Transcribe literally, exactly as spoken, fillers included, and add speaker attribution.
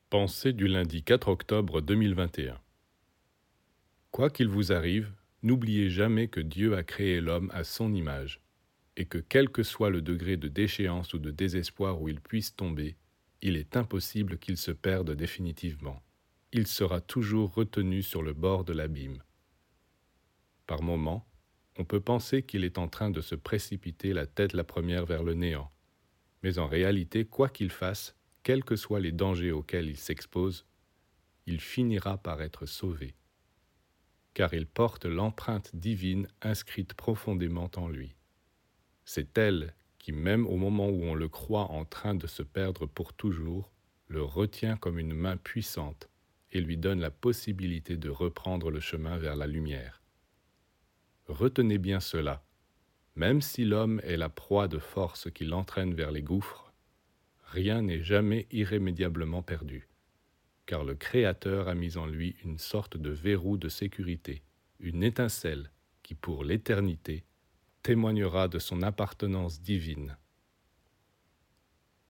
Speaker 1: Pensée du lundi quatre octobre deux mille vingt et un. Quoi qu'il vous arrive, n'oubliez jamais que Dieu a créé l'homme à son image, et que quel que soit le degré de déchéance ou de désespoir où il puisse tomber, il est impossible qu'il se perde définitivement. Il sera toujours retenu sur le bord de l'abîme. Par moments, on peut penser qu'il est en train de se précipiter la tête la première vers le néant. Mais en réalité, quoi qu'il fasse, quels que soient les dangers auxquels il s'expose, il finira par être sauvé, car il porte l'empreinte divine inscrite profondément en lui. C'est elle qui, même au moment où on le croit en train de se perdre pour toujours, le retient comme une main puissante et lui donne la possibilité de reprendre le chemin vers la lumière. Retenez bien cela, même si l'homme est la proie de forces qui l'entraînent vers les gouffres, rien n'est jamais irrémédiablement perdu, car le Créateur a mis en lui une sorte de verrou de sécurité, une étincelle qui, pour l'éternité, témoignera de son appartenance divine